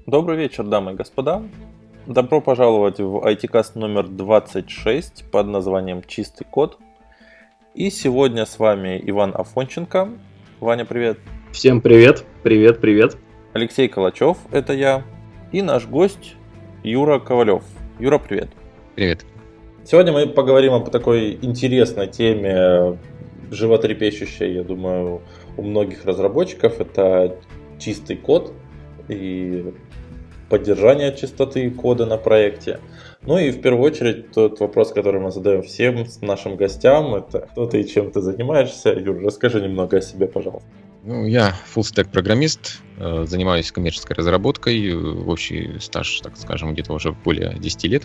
Добрый вечер, дамы и господа. Добро пожаловать в IT-каст номер 26 под названием «Чистый код». И сегодня с вами Иван Афонченко. Ваня, привет. Всем привет. Привет. Алексей Калачев, это я. И наш гость Юра Ковалев. Юра, привет. Привет. Сегодня мы поговорим об такой интересной теме, животрепещущей, я думаю, у многих разработчиков. Это чистый код и поддержание чистоты кода на проекте. Ну и в первую очередь тот вопрос, который мы задаем всем нашим гостям, это кто ты и чем ты занимаешься. Юр, расскажи немного о себе, пожалуйста. Я full-stack программист, занимаюсь коммерческой разработкой, общий стаж, так скажем, где-то уже более 10 лет.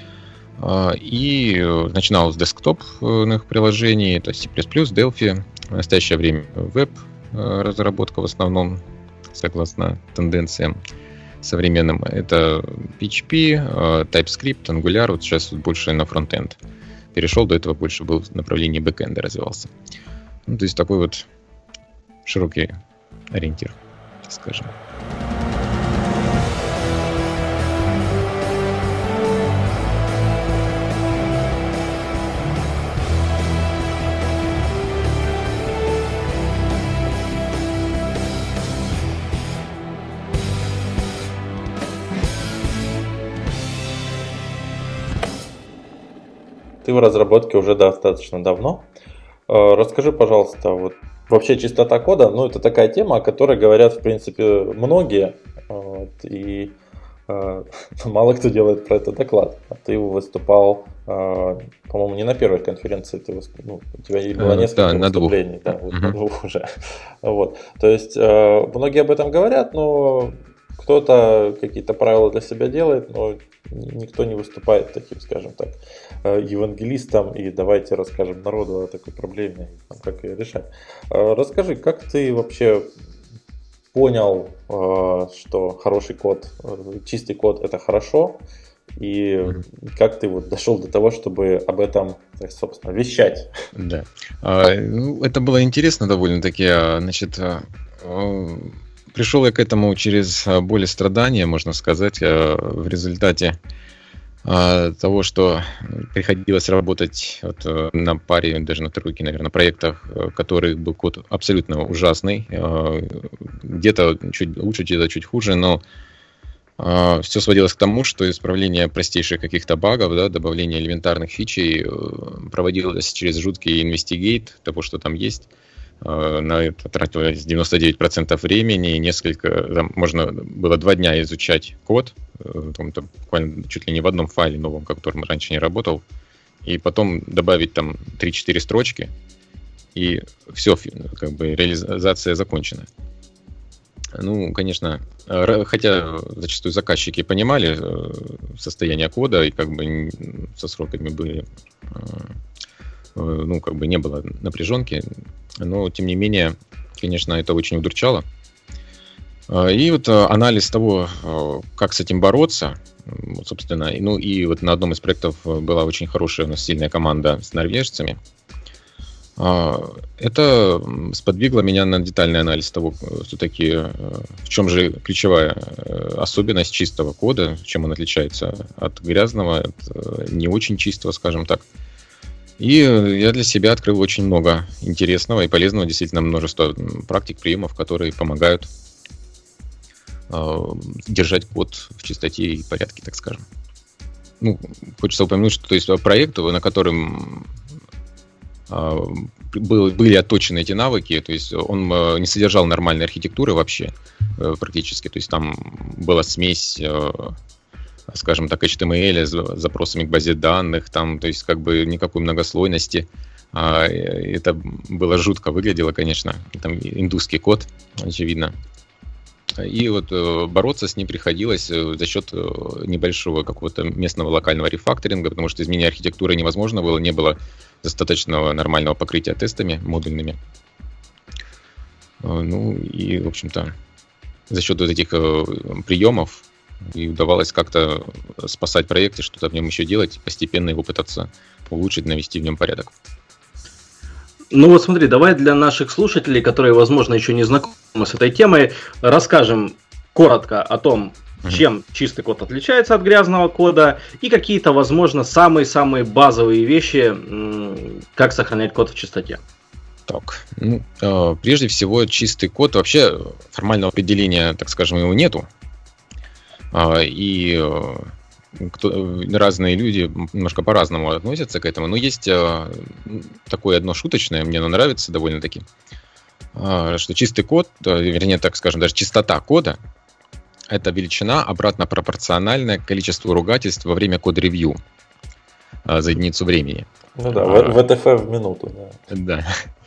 И начинал с десктопных приложений, это C++, Delphi. В настоящее время веб-разработка в основном, согласно тенденциям современным. Это PHP, TypeScript, Angular. Вот сейчас больше на фронтенд перешел. До этого больше был в направлении бэкэнда развивался. То есть такой вот широкий ориентир, так скажем. Ты в разработке уже достаточно давно. Расскажи, пожалуйста, вот вообще чистота кода, это такая тема, о которой говорят, в принципе, многие, и мало кто делает про это доклад. А ты выступал, по-моему, не на первой конференции, у тебя было несколько выступлений, на двух уже. Вот. То есть многие об этом говорят, но кто-то какие-то правила для себя делает, но никто не выступает таким, скажем так, евангелистом, и давайте расскажем народу о такой проблеме, как ее решать. Расскажи, как ты вообще понял, что хороший код, чистый код — это хорошо, и как ты дошел до того, чтобы об этом, собственно, вещать? Да. Это было интересно довольно-таки. Пришел я к этому через боль и страдания, можно сказать, в результате того, что приходилось работать на паре, даже на тройке, наверное, проектах, в которых был код абсолютно ужасный, где-то чуть лучше, где-то чуть хуже, но все сводилось к тому, что исправление простейших каких-то багов, добавление элементарных фичей проводилось через жуткий инвестигейт того, что там есть. На это тратилось 99% времени, можно было 2 дня изучать код, буквально чуть ли не в одном файле новом, которым раньше не работал, и потом добавить там 3-4 строчки, и все, реализация закончена. Конечно, хотя зачастую заказчики понимали состояние кода и со сроками были, не было напряженки, но тем не менее, конечно, это очень удручало. И анализ того, как с этим бороться, собственно, и на одном из проектов была очень хорошая у нас сильная команда с норвежцами. Это сподвигло меня на детальный анализ того, все-таки в чем же ключевая особенность чистого кода, чем он отличается от грязного, от не очень чистого, скажем так. И я для себя открыл очень много интересного и полезного, действительно множество практик, приемов, которые помогают держать код в чистоте и порядке, так скажем. Хочется упомянуть, что проект, на котором были отточены эти навыки, то есть он не содержал нормальной архитектуры вообще практически, то есть там была смесь, скажем так, HTML с запросами к базе данных, там, то есть никакой многослойности. Это было жутко выглядело, конечно, там индусский код, очевидно. И бороться с ним приходилось за счет небольшого какого-то местного локального рефакторинга, потому что изменение архитектуры невозможно было, не было достаточного нормального покрытия тестами модульными. И, в общем-то, за счет этих приемов и удавалось как-то спасать проект и что-то в нем еще делать, постепенно его пытаться улучшить, навести в нем порядок. Смотри, давай для наших слушателей, которые, возможно, еще не знакомы с этой темой, расскажем коротко о том, чем чистый код отличается от грязного кода и какие-то, возможно, самые-самые базовые вещи, как сохранять код в чистоте. Так, прежде всего, чистый код, вообще формального определения, так скажем, его нету. И разные люди немножко по-разному относятся к этому. Но есть такое одно шуточное, мне оно нравится довольно-таки, что чистый код, вернее, так скажем, даже чистота кода — это величина, обратно пропорциональная к количеству ругательств во время код-ревью за единицу времени. Ну да, ВТФ в минуту. Да.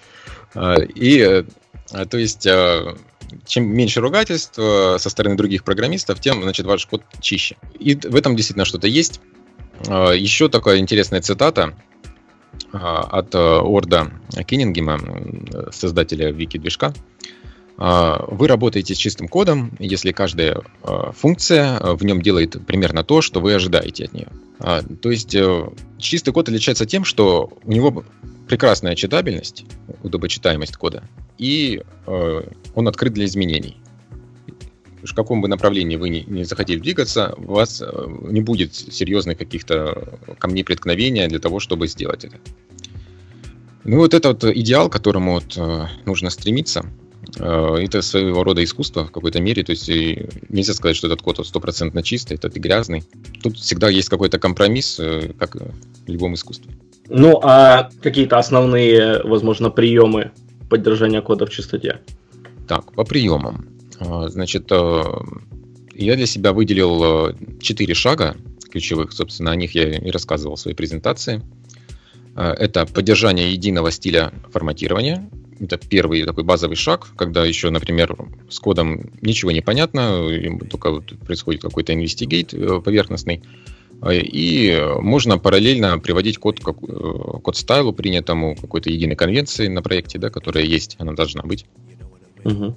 И, то есть, чем меньше ругательств со стороны других программистов, тем, значит, ваш код чище. И в этом действительно что-то есть. Еще такая интересная цитата от Орда Киннингема, создателя вики-движка. Вы работаете с чистым кодом, если каждая функция в нем делает примерно то, что вы ожидаете от нее. То есть чистый код отличается тем, что у него прекрасная читабельность, удобочитаемость кода, и он открыт для изменений. В каком бы направлении вы не захотели двигаться, у вас не будет серьезных каких-то камней преткновения для того, чтобы сделать это. Ну вот это вот идеал, к которому вот нужно стремиться. Это своего рода искусство в какой-то мере, то есть нельзя сказать, что этот код 100% чистый, этот и грязный. Тут всегда есть какой-то компромисс, как в любом искусстве. Ну, а какие-то основные, возможно, приемы поддержания кода в чистоте? Так, по приемам. Значит, я для себя выделил 4 шага ключевых, собственно, о них я и рассказывал в своей презентации. Это поддержание единого стиля форматирования. Это первый такой базовый шаг, когда еще, например, с кодом ничего не понятно, только вот происходит какой-то инвестигейт поверхностный, и можно параллельно приводить код стайлу принятому, какой-то единой конвенции на проекте, да, которая есть, она должна быть. Угу.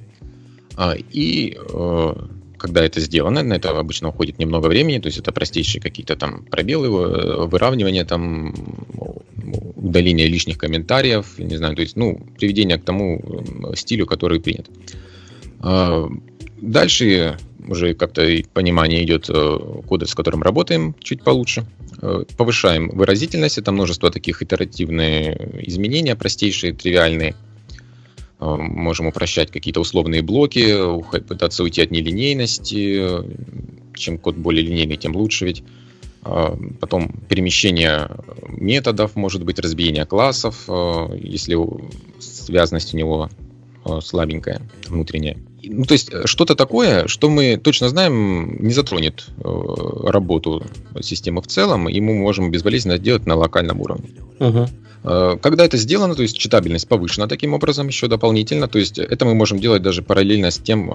И когда это сделано, на это обычно уходит немного времени, то есть это простейшие какие-то там пробелы, выравнивание, там, удаление лишних комментариев, не знаю, то есть, приведение к тому стилю, который принят. Дальше уже как-то понимание идет кода, с которым работаем, чуть получше. Повышаем выразительность, это множество таких итеративных изменений, простейшие, тривиальные. Можем упрощать какие-то условные блоки, пытаться уйти от нелинейности. Чем код более линейный, тем лучше ведь. Потом перемещение методов, может быть, разбиение классов, если связность у него слабенькая, внутренняя. То есть что-то такое, что мы точно знаем, не затронет работу системы в целом, и мы можем безболезненно делать на локальном уровне. Угу. Когда это сделано, то есть читабельность повышена таким образом еще дополнительно, то есть это мы можем делать даже параллельно с тем,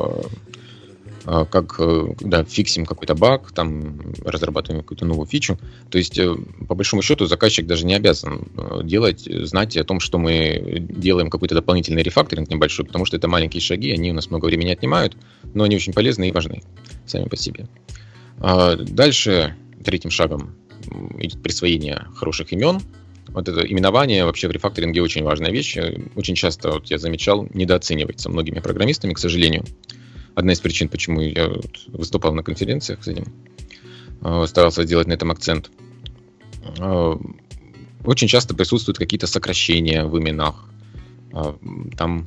как фиксим какой-то баг, там разрабатываем какую-то новую фичу. То есть, по большому счету, заказчик даже не обязан знать о том, что мы делаем какой-то дополнительный рефакторинг небольшой, потому что это маленькие шаги, они у нас много времени отнимают, но они очень полезны и важны сами по себе. Дальше, третьим шагом идет присвоение хороших имен. Вот это именование вообще в рефакторинге очень важная вещь. Очень часто, вот я замечал, недооценивается многими программистами, к сожалению. Одна из причин, почему я выступал на конференциях с этим, старался сделать на этом акцент. Очень часто присутствуют какие-то сокращения в именах. Там,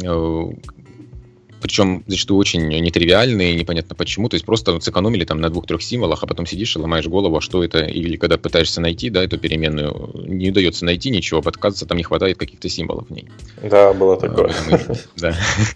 причем зачастую очень нетривиальные, непонятно почему. То есть просто сэкономили там на 2-3 символах, а потом сидишь и ломаешь голову, а что это. Или когда пытаешься найти, да, эту переменную, не удается найти ничего, оказывается, там не хватает каких-то символов в ней. Да, было такое. Да.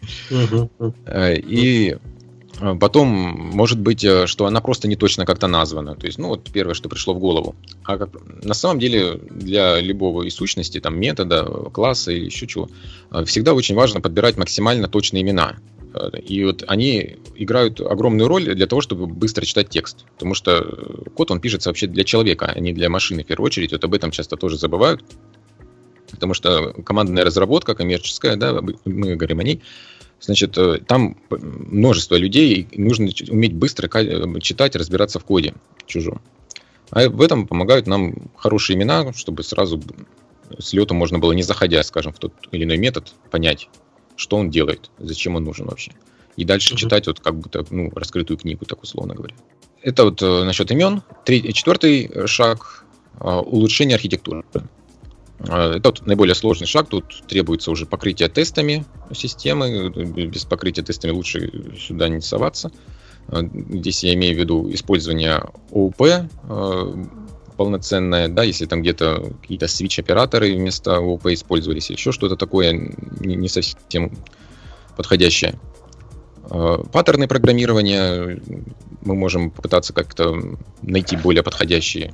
И потом, может быть, что она просто не точно как-то названа. То есть, вот первое, что пришло в голову. А на самом деле для любого из сущностей, там, метода, класса или еще чего, всегда очень важно подбирать максимально точные имена. И вот они играют огромную роль для того, чтобы быстро читать текст. Потому что код, он пишется вообще для человека, а не для машины в первую очередь. Вот об этом часто тоже забывают. Потому что командная разработка, коммерческая, да, мы говорим о ней, значит, там множество людей, нужно уметь быстро читать, разбираться в коде чужом. А в этом помогают нам хорошие имена, чтобы сразу с лету можно было, не заходя, скажем, в тот или иной метод, понять, что он делает, зачем он нужен вообще. и дальше читать вот как будто раскрытую книгу, так условно говоря. Это вот насчет имен. Четвертый шаг – улучшение архитектуры. Это вот наиболее сложный шаг. Тут требуется уже покрытие тестами системы. Без покрытия тестами лучше сюда не соваться. Здесь я имею в виду использование ООП полноценное, да, если там где-то какие-то свитч-операторы вместо ООП использовались, еще что-то такое не совсем подходящее. Паттерны программирования мы можем попытаться как-то найти более подходящие.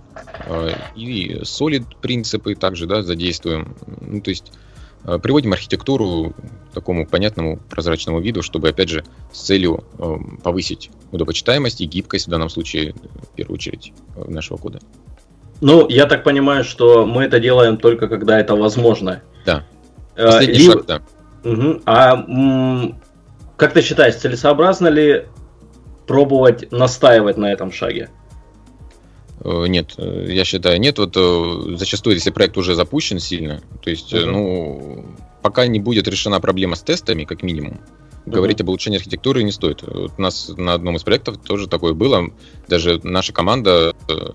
И solid принципы также, да, задействуем. То есть приводим архитектуру к такому понятному прозрачному виду, чтобы, опять же, с целью повысить удобочитаемость и гибкость в данном случае, в первую очередь, нашего кода. Ну, я так понимаю, что мы это делаем только когда это возможно. Да. Последний шаг, да. Угу. Как ты считаешь, целесообразно ли пробовать настаивать на этом шаге? Нет, я считаю, нет. Вот зачастую, если проект уже запущен сильно, то есть, пока не будет решена проблема с тестами, как минимум, говорить об улучшении архитектуры не стоит. Вот у нас на одном из проектов тоже такое было. Даже наша команда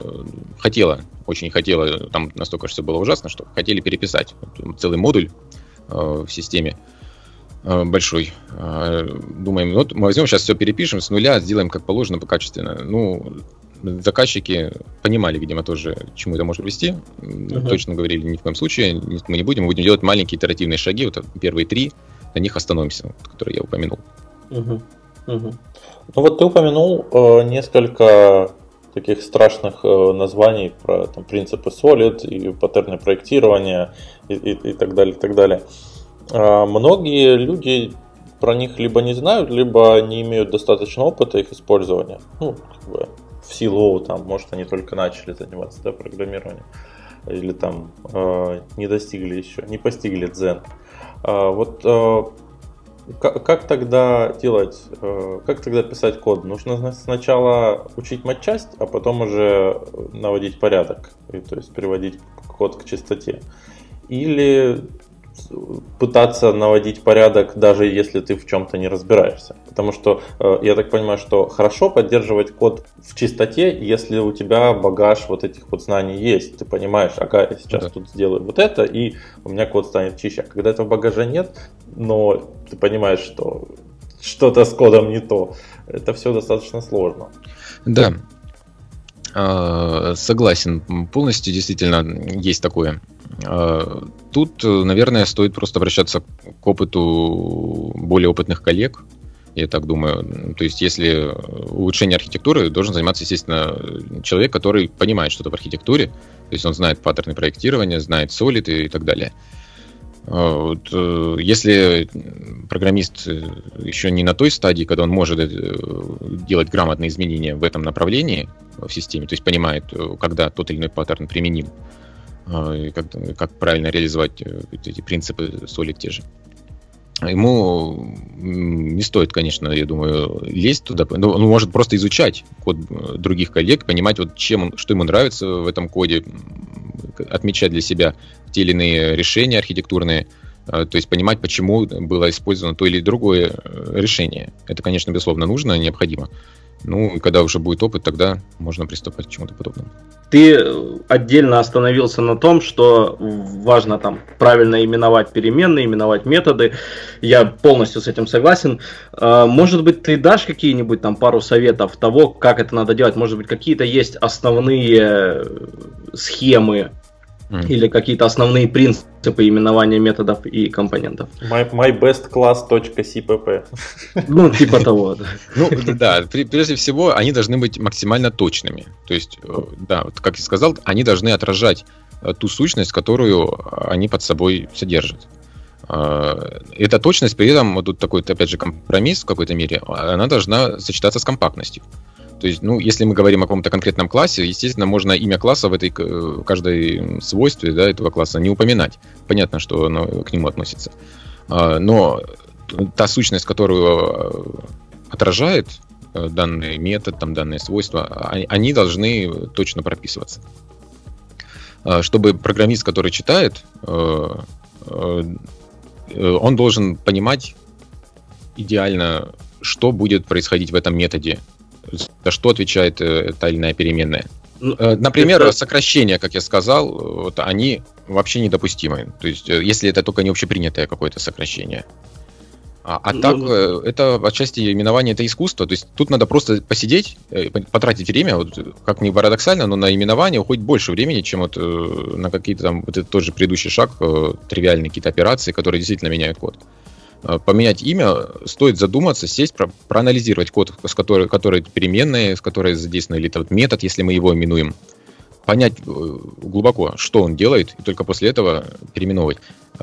очень хотела, там настолько все было ужасно, что хотели переписать целый модуль в системе большой. Думаем, вот мы возьмем, сейчас все перепишем с нуля, сделаем как положено, покачественно. Заказчики понимали, видимо, тоже, к чему это может вести. Точно говорили, ни в коем случае мы не будем. Мы будем делать маленькие итеративные шаги. Вот первые 3, на них остановимся, которые я упомянул. Ну вот ты упомянул несколько таких страшных названий про там, принципы Solid и паттерны проектирования и так далее, и так далее. Многие люди про них либо не знают, либо не имеют достаточно опыта их использования. В силу, там, может, они только начали заниматься, да, программированием, или там не постигли дзен. Как тогда делать, как тогда писать код? Нужно сначала учить матчасть, а потом уже наводить порядок, то есть переводить код к чистоте. Или пытаться наводить порядок, даже если ты в чем-то не разбираешься. Потому что я так понимаю, что хорошо поддерживать код в чистоте, если у тебя багаж вот этих вот знаний есть. Ты понимаешь, ага, я сейчас тут сделаю вот это, и у меня код станет чище. А когда этого багажа нет, но ты понимаешь, что что-то с кодом не то, это все достаточно сложно. Да. Согласен, полностью действительно есть такое. Тут, наверное, стоит просто обращаться к опыту более опытных коллег, я так думаю. То есть, если улучшение архитектуры, должен заниматься, естественно, человек, который понимает что-то в архитектуре, то есть он знает паттерны проектирования, знает Solid и так далее. Если программист еще не на той стадии, когда он может делать грамотные изменения в этом направлении в системе, то есть понимает, когда тот или иной паттерн применим, как правильно реализовать эти принципы Solid те же, ему не стоит, конечно, я думаю, лезть туда. Он может просто изучать код других коллег, понимать, вот что ему нравится в этом коде, отмечать для себя те или иные решения архитектурные, то есть понимать, почему было использовано то или другое решение. Это, конечно, безусловно, нужно, необходимо. И когда уже будет опыт, тогда можно приступать к чему-то подобному. Ты отдельно остановился на том, что важно там правильно именовать переменные, именовать методы. Я полностью с этим согласен. Может быть, ты дашь какие-нибудь там пару советов того, как это надо делать? Может быть, какие-то есть основные схемы или какие-то основные принципы именования методов и компонентов? mybestclass.cpp. Типа того. Да, прежде всего, они должны быть максимально точными. То есть, да, как я сказал, они должны отражать ту сущность, которую они под собой содержат. Эта точность, при этом, вот тут такой, опять же, компромисс в какой-то мере, она должна сочетаться с компактностью. То есть, если мы говорим о каком-то конкретном классе, естественно, можно имя класса в каждой свойстве, да, этого класса не упоминать. Понятно, что оно к нему относится. Но та сущность, которую отражает данный метод, данные свойства, они должны точно прописываться. Чтобы программист, который читает, он должен понимать идеально, что будет происходить в этом методе, за что отвечает та или иная переменная. Например, сокращения, как я сказал, вот, они вообще недопустимы. То есть, если это только не общепринятое какое-то сокращение. Так, это отчасти именование, это искусство. То есть тут надо просто посидеть, потратить время, вот, как ни парадоксально, но на именование уходит больше времени, чем вот на какие-то там, вот этот тот же предыдущий шаг, тривиальные какие-то операции, которые действительно меняют код. Поменять имя, стоит задуматься, сесть, проанализировать код, который переменные, с которой задействован, или этот метод, если мы его именуем. Понять глубоко, что он делает, и только после этого переименовывать.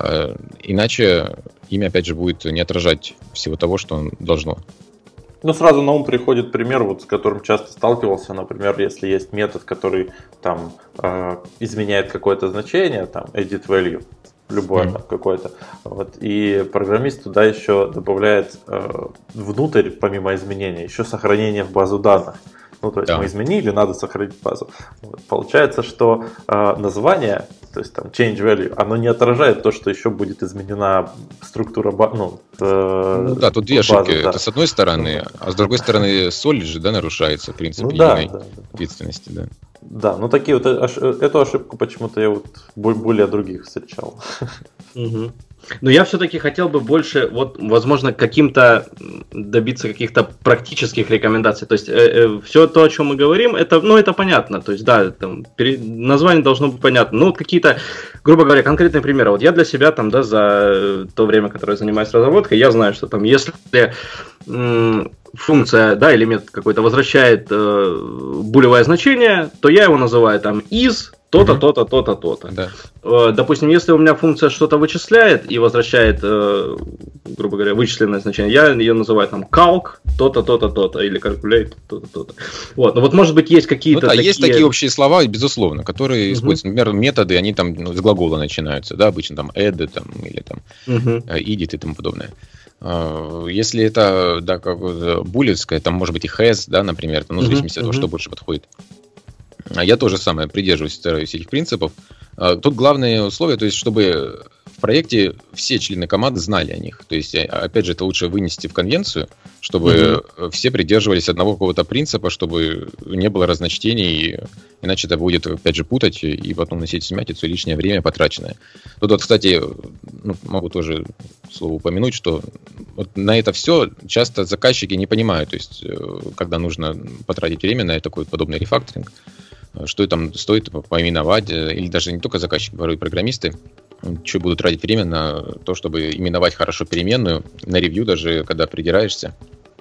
Иначе имя, опять же, будет не отражать всего того, что он должно. Ну, сразу на ум приходит пример, вот, с которым часто сталкивался. Например, если есть метод, который там изменяет какое-то значение, там edit value, любое там какое-то. Вот, и программист туда еще добавляет внутрь, помимо изменения, еще сохранение в базу данных. Ну, то есть мы изменили, надо сохранить базу. Вот. Получается, что название, то есть там change value, оно не отражает то, что еще будет изменена структура базы. Да, тут две ошибки. Да. Это с одной стороны, а с другой стороны солид же, да, нарушается принцип единой ответственности. Да. Да, ну такие вот эту ошибку почему-то я вот более других встречал. Угу. Но я все-таки хотел бы больше, вот, возможно, добиться каких-то практических рекомендаций. То есть все то, о чем мы говорим, это понятно. То есть, да, там, название должно быть понятно. Ну, вот какие-то, грубо говоря, конкретные примеры. Вот я для себя там, да, за то время, которое я занимаюсь разработкой, я знаю, что там, если функция, да, или метод какой-то возвращает булевое значение, то я его называю там is то-то, то-то, то-то, то-то. Да. Допустим, если у меня функция что-то вычисляет и возвращает, грубо говоря, вычисленное значение, я ее называю там calc, то-то, то-то, то-то, или calculate, то-то, то-то. Вот. Но вот, может быть, есть какие-то такие... Есть такие общие слова, безусловно, которые используются. Например, методы, они там с глагола начинаются, да, обычно там add, там, или там edit и тому подобное. Если это, да, как буллетское, там может быть и has, да, например, в зависимости от того, что больше подходит. Я тоже самое придерживаюсь, стараюсь этих принципов. Тут главное условие, то есть, чтобы в проекте все члены команды знали о них. То есть, опять же, это лучше вынести в конвенцию, чтобы все придерживались одного какого-то принципа, чтобы не было разночтений, иначе это будет, опять же, путать и потом носить сумятицу и лишнее время потраченное. Тут вот, кстати, могу тоже слово упомянуть, что вот на это все часто заказчики не понимают, то есть, когда нужно потратить время на такой подобный рефакторинг, что там стоит поименовать, или даже не только заказчики, порой программисты, что будут тратить время на то, чтобы именовать хорошо переменную, на ревью даже, когда придираешься,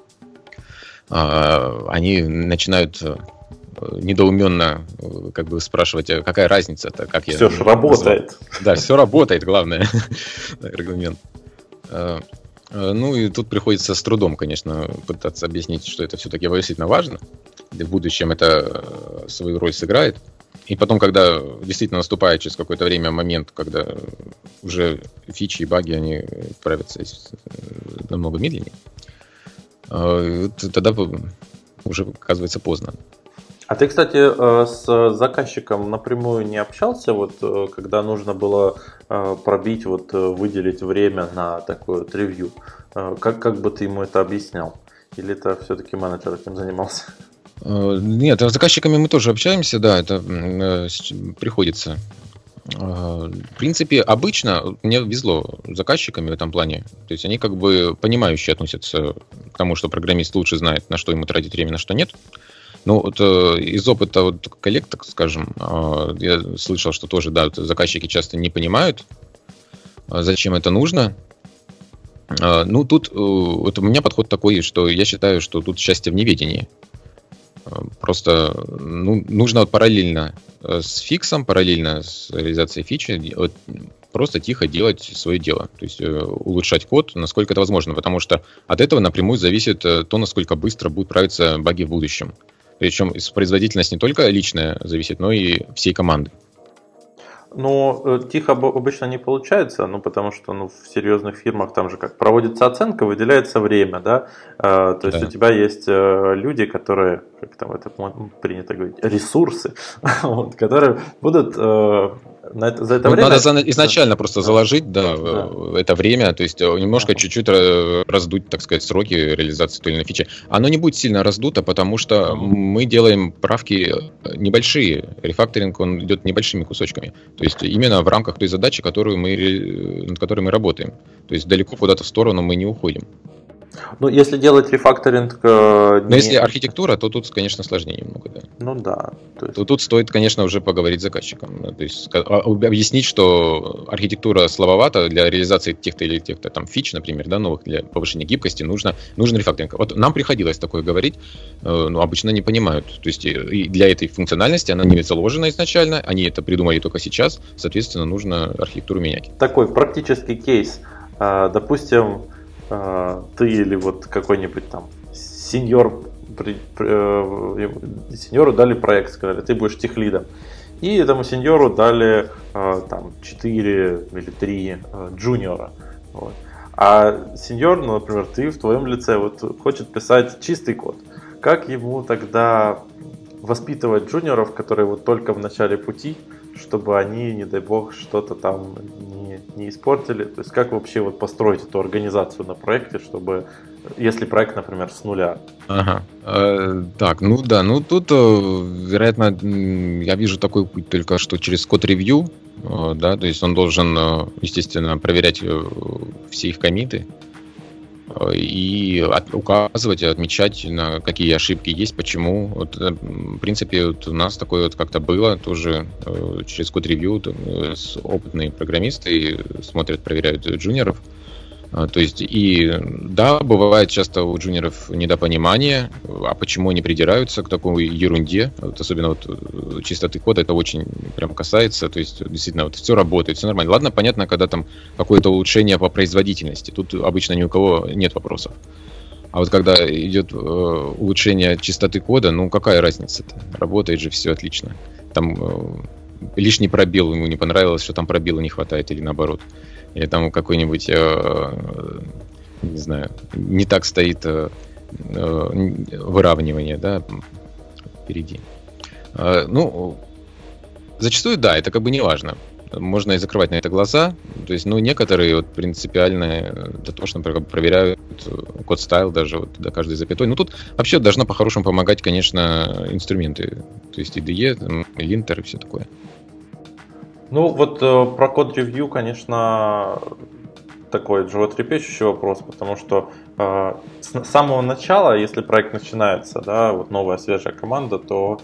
они начинают недоуменно как бы спрашивать, а какая разница-то, как я... Все же работает. Да, все работает, главное, аргумент. Ну и тут приходится с трудом, конечно, пытаться объяснить, что это все-таки действительно важно. В будущем это свою роль сыграет. И потом, когда действительно наступает через какое-то время момент, когда уже фичи и баги, они правятся намного медленнее, тогда уже оказывается поздно. А ты, кстати, с заказчиком напрямую не общался, вот когда нужно было пробить, вот выделить время на такое вот ревью? Как бы ты ему это объяснял? Или это все-таки менеджер этим занимался? Нет, с заказчиками мы тоже общаемся, да, это приходится. В принципе, обычно мне везло с заказчиками в этом плане. То есть они как бы понимающе относятся к тому, что программист лучше знает, на что ему тратить время, на что нет. Ну, вот из опыта вот коллег, так скажем, я слышал, что тоже, да, заказчики часто не понимают, зачем это нужно. Ну, тут вот у меня подход такой, что я считаю, что тут счастье в неведении. Просто нужно параллельно с фиксом, параллельно с реализацией фичи просто тихо делать свое дело. То есть улучшать код, насколько это возможно, потому что от этого напрямую зависит то, насколько быстро будут правиться баги в будущем. Причем производительность не только личная зависит, но и всей команды. Ну, тихо обычно не получается, потому что в серьезных фирмах там же как проводится оценка, выделяется время, да, то есть у тебя есть люди, которые, как там это принято говорить, ресурсы, которые будут за это время... Надо изначально просто заложить, это время, то есть немножко чуть-чуть раздуть, так сказать, сроки реализации той или иной фичи. Оно не будет сильно раздуто, потому что мы делаем правки небольшие. Рефакторинг, он идет небольшими кусочками. То есть именно в рамках той задачи, над которой мы работаем. То есть далеко куда-то в сторону мы не уходим. Ну, если делать рефакторинг... Но если архитектура, то тут, конечно, сложнее немного, да. Ну да. То тут стоит, конечно, уже поговорить с заказчиком. То есть объяснить, что архитектура слабовата для реализации тех-то или тех-то там фич, например, да, новых, для повышения гибкости нужен рефакторинг. Вот нам приходилось такое говорить, но обычно не понимают. То есть и для этой функциональности она не заложена изначально, они это придумали только сейчас, соответственно, нужно архитектуру менять. Такой практический кейс. Допустим, ты или вот какой-нибудь там сеньору дали проект, сказали, ты будешь техлидом. И этому сеньору дали там 4 или 3 джуниора. Вот. А сеньор, ну, например, ты в твоем лице вот хочет писать чистый код. Как ему тогда воспитывать джуниоров, которые вот только в начале пути, чтобы они, не дай бог, что-то там не испортили? То есть как вообще вот построить эту организацию на проекте, чтобы, если проект, например, с нуля? Ага. Так, ну да, ну тут, вероятно, я вижу такой путь только что через код-ревью, да, то есть он должен, естественно, проверять все их коммиты и указывать, отмечать, на какие ошибки есть, почему. Вот, в принципе, вот у нас такое вот как-то было тоже через код-ревью, опытные программисты смотрят, проверяют джуниоров. То есть, и да, бывает часто у джуниоров недопонимание, а почему они придираются к такой ерунде, вот особенно вот чистоты кода, это очень прям касается, то есть, действительно, вот все работает, все нормально. Ладно, понятно, когда там какое-то улучшение по производительности, тут обычно ни у кого нет вопросов. А вот когда идет улучшение чистоты кода, ну какая разница-то? Работает же все отлично. Там лишний пробел, ему не понравилось, что там пробела не хватает или наоборот. Или там какой-нибудь, не знаю, не так стоит выравнивание, да, впереди. Ну, зачастую, да, это как бы не важно. Можно и закрывать на это глаза. То есть, ну, некоторые вот принципиально дотошно проверяют код-стайл даже вот до каждой запятой. Ну, тут вообще должна по-хорошему помогать, конечно, инструменты. То есть IDE, линтер и все такое. Ну, вот про код-ревью, конечно, такой животрепещущий вопрос, потому что с самого начала, если проект начинается, да, вот новая свежая команда, то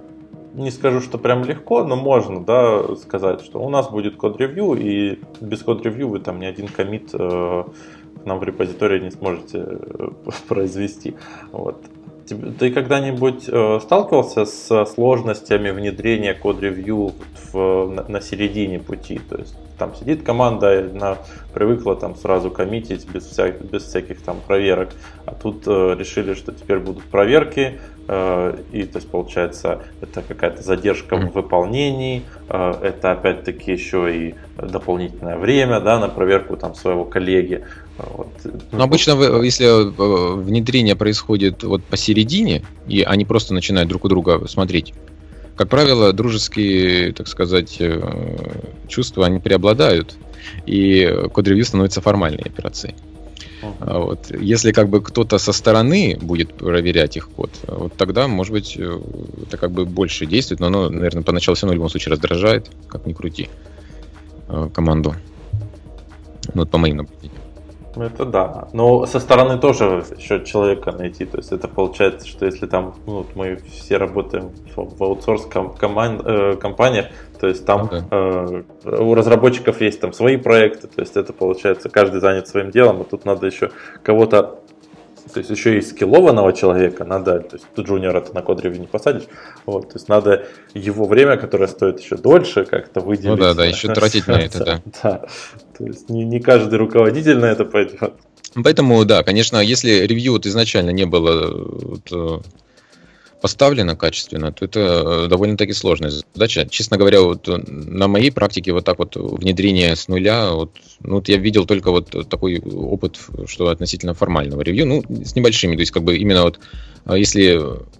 не скажу, что прям легко, но можно, да, сказать, что у нас будет код-ревью, и без код-ревью вы там ни один коммит к нам в репозитории не сможете произвести. Вот. Ты когда-нибудь сталкивался с сложностями внедрения код-ревью на середине пути? То есть там сидит команда, она привыкла там сразу коммитить без всяких там проверок, а тут решили, что теперь будут проверки, и то есть получается это какая-то задержка в выполнении, это опять-таки еще и дополнительное время, да, на проверку там своего коллеги. Вот. Но обычно, если внедрение происходит вот посередине, а не просто начинают друг у друга смотреть, как правило, дружеские, так сказать, чувства, они преобладают, и код-ревью становится формальной операцией. Вот. Если как бы кто-то со стороны будет проверять их код, вот тогда, может быть, это как бы больше действует, но оно, наверное, поначалу все равно в любом случае раздражает, как ни крути, команду. Ну, вот по моим наблюдениям. Это да. Но со стороны тоже еще человека найти. То есть это получается, что если там мы все работаем в аутсорс-компаниях, то есть там у разработчиков есть там свои проекты, то есть это получается каждый занят своим делом, а тут надо еще кого-то, то есть еще и скиллованного человека надо, то есть тут джуниора ты на код-ревью не посадишь, вот, то есть надо его время, которое стоит еще дольше, как-то выделить. Ну да, еще тратить на это, да. Да, то есть не каждый руководитель на это пойдет. Поэтому, да, конечно, если ревью вот изначально не было поставлено качественно, то это довольно-таки сложная задача. Честно говоря, вот на моей практике вот так вот внедрение с нуля, вот я видел только вот такой опыт, что относительно формального ревью, с небольшими, то есть как бы именно вот если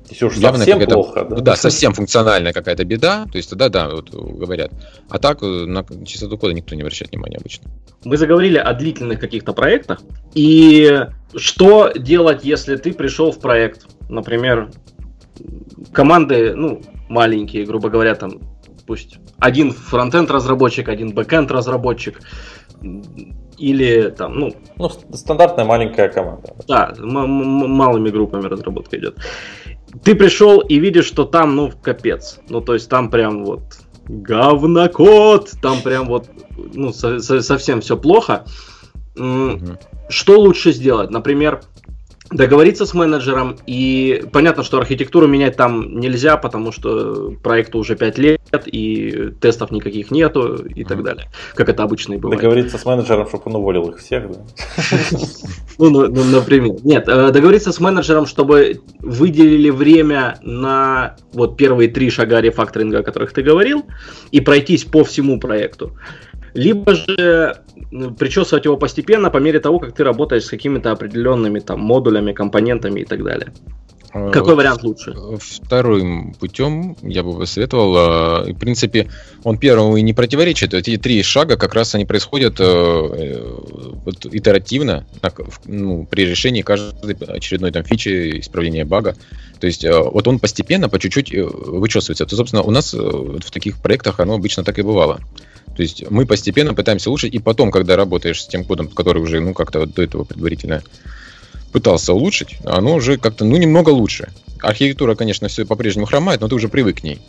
Если уж совсем плохо, да? Да, совсем функциональная какая-то беда, то есть тогда, да, вот говорят. А так на чистоту кода никто не обращает внимания обычно. Мы заговорили о длительных каких-то проектах. И что делать, если ты пришел в проект, например, команды, маленькие, грубо говоря, там, пусть один фронтенд разработчик, один бэкенд разработчик, или там, стандартная маленькая команда. Да, малыми группами разработка идет. Ты пришел и видишь, что там, капец. То есть там прям вот говнокод, там прям вот, совсем все плохо. Что лучше сделать? Например, договориться с менеджером, и понятно, что архитектуру менять там нельзя, потому что проекту уже 5 лет, и тестов никаких нету, и так далее, как это обычно и бывает. Договориться с менеджером, чтобы он уволил их всех, да? Например. Нет, договориться с менеджером, чтобы выделили время на вот первые 3 шага рефакторинга, о которых ты говорил, и пройтись по всему проекту. Либо же причесывать его постепенно по мере того, как ты работаешь с какими-то определенными там модулями, компонентами и так далее. Какой вариант лучше? Вторым путем я бы посоветовал. В принципе, он первому и не противоречит. Эти 3 шага как раз они происходят итеративно при решении каждой очередной там фичи, исправления бага. То есть вот он постепенно, по чуть-чуть вычесывается. То, собственно, у нас в таких проектах оно обычно так и бывало. То есть мы постепенно пытаемся улучшить, и потом, когда работаешь с тем кодом, который уже как-то вот до этого предварительно пытался улучшить, оно уже как-то немного лучше. Архитектура, конечно, все по-прежнему хромает, но ты уже привык к ней.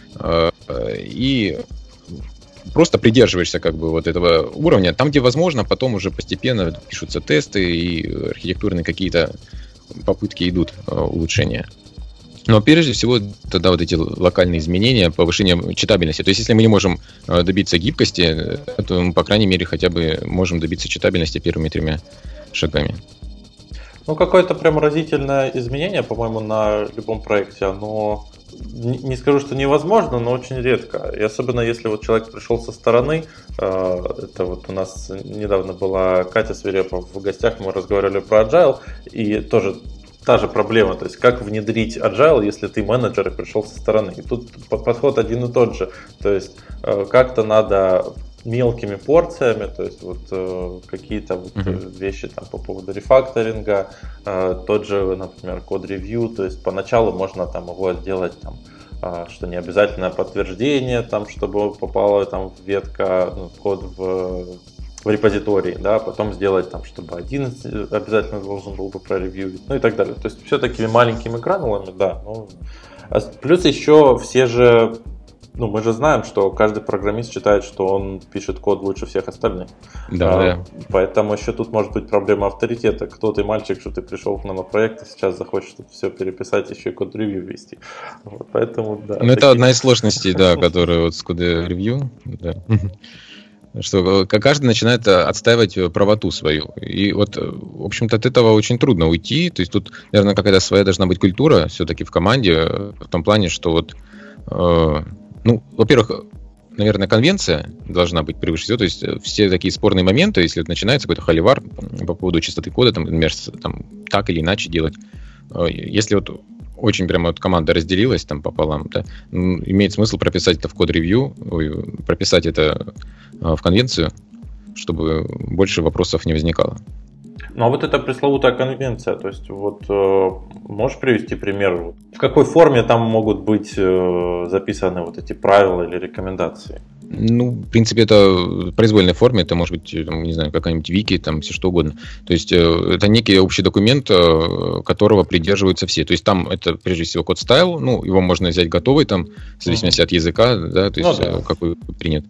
И просто придерживаешься как бы вот этого уровня. Там, где возможно, потом уже постепенно пишутся тесты, и архитектурные какие-то попытки идут улучшения. Но прежде всего тогда вот эти локальные изменения, повышение читабельности. То есть если мы не можем добиться гибкости, то мы, по крайней мере, хотя бы можем добиться читабельности первыми 3 шагами. Какое-то прям разительное изменение, по-моему, на любом проекте, оно, не скажу, что невозможно, но очень редко. И особенно если вот человек пришел со стороны, это вот у нас недавно была Катя Свирепова в гостях, мы разговаривали про Agile, и тоже та же проблема, то есть как внедрить Agile, если ты менеджер и пришел со стороны. И тут подход один и тот же, то есть как-то надо мелкими порциями, то есть вот какие-то вещи там по поводу рефакторинга, тот же, например, код-ревью, то есть поначалу можно там его сделать там, что не обязательно подтверждение, там, чтобы попала там ветка, код в репозитории, да, потом сделать там, чтобы один обязательно должен был бы проревьюить, и так далее. То есть все такими маленькими гранулами, да. Плюс еще все же, мы же знаем, что каждый программист считает, что он пишет код лучше всех остальных. Да. Поэтому еще тут может быть проблема авторитета. Кто ты, мальчик, что ты пришел к нам на проект и сейчас захочешь тут все переписать, еще и код-ревью вести. Поэтому, да. Это одна из сложностей, да, которая вот с код-ревью, да. Что каждый начинает отстаивать правоту свою. И вот, в общем-то, от этого очень трудно уйти. То есть тут, наверное, какая-то своя должна быть культура все-таки в команде, в том плане, что вот, во-первых, наверное, конвенция должна быть превыше всего. То есть все такие спорные моменты, если вот начинается какой-то холивар по поводу чистоты кода, там, например, там, так или иначе делать. Если вот очень прямо вот команда разделилась там пополам, да, имеет смысл прописать это в код-ревью, прописать это в конвенцию, чтобы больше вопросов не возникало. А вот эта пресловутая конвенция, то есть вот можешь привести пример, в какой форме там могут быть записаны вот эти правила или рекомендации? В принципе, это в произвольной форме, это может быть, не знаю, какая-нибудь вики, там все что угодно. То есть это некий общий документ, которого придерживаются все. То есть там это прежде всего код стайл, его можно взять готовый, там, в зависимости от языка, да, то есть какой принят.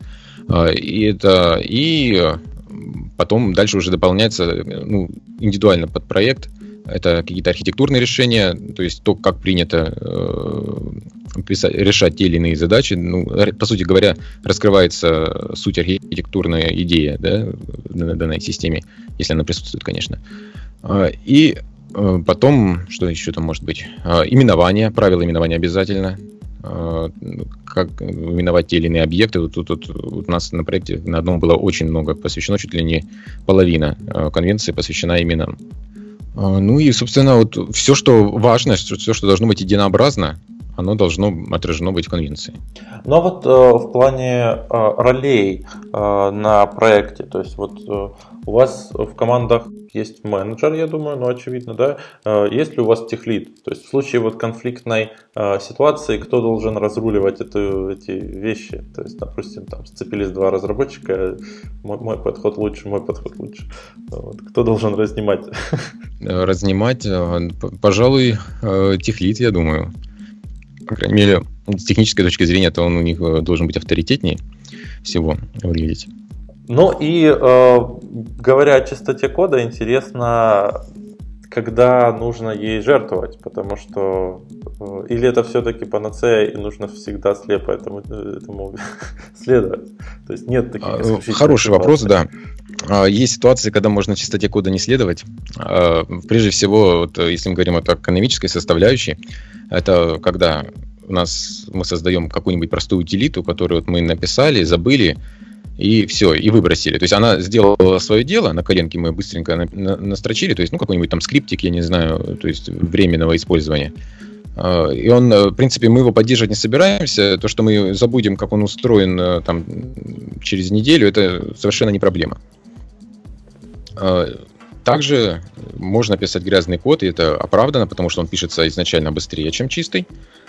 И потом дальше уже дополняется индивидуально под проект. Это какие-то архитектурные решения, то есть то, как принято решать те или иные задачи. По сути говоря, раскрывается суть архитектурной идеи, да, на данной системе, если она присутствует, конечно. И потом, что еще там может быть? Именование, правила именования обязательно. Как именовать те или иные объекты. Вот тут у нас на проекте на одном было очень много посвящено, чуть ли не половина конвенции посвящена именам. Ну и, собственно, вот все, что важно, все, что должно быть единообразно, оно должно отражено быть в конвенции. Ну а вот в плане ролей на проекте, то есть вот у вас в командах есть менеджер, я думаю, ну очевидно, да? Есть ли у вас техлид? То есть в случае вот конфликтной ситуации, кто должен разруливать эти вещи? То есть, допустим, там сцепились два разработчика, мой подход лучше, мой подход лучше. Вот. Кто должен разнимать? Разнимать, пожалуй, техлид, я думаю. По крайней мере, с технической точки зрения, то он у них должен быть авторитетнее всего выглядеть. Ну и говоря о чистоте кода, интересно, когда нужно ей жертвовать, потому что или это все-таки панацея и нужно всегда слепо этому следовать. То есть нет таких исключительных Хороший ситуаций. вопрос, да. Есть ситуации, когда можно чистоте кода не следовать. Прежде всего, вот, если мы говорим о экономической составляющей, это когда мы создаем какую-нибудь простую утилиту, которую вот мы написали, забыли, и все, и выбросили. То есть она сделала свое дело, на коленке мы быстренько настрочили, то есть, какой-нибудь там скриптик, я не знаю, то есть временного использования. И он, в принципе, мы его поддерживать не собираемся. То, что мы забудем, как он устроен там через неделю, это совершенно не проблема. Также можно писать грязный код, и это оправдано, потому что он пишется изначально быстрее, чем чистый.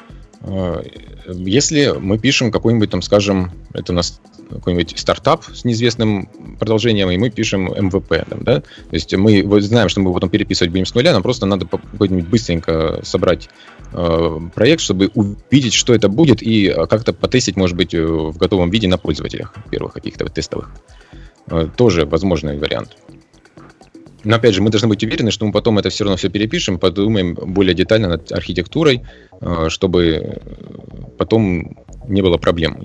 Если мы пишем какой-нибудь там, скажем, это у нас какой-нибудь стартап с неизвестным продолжением, и мы пишем MVP, там, да? То есть мы знаем, что мы потом переписывать будем с нуля, нам просто надо как-нибудь быстренько собрать проект, чтобы увидеть, что это будет, и как-то потестить, может быть, в готовом виде на пользователях первых каких-то тестовых. Тоже возможный вариант. Но опять же, мы должны быть уверены, что мы потом это все равно все перепишем, подумаем более детально над архитектурой, чтобы потом не было проблем.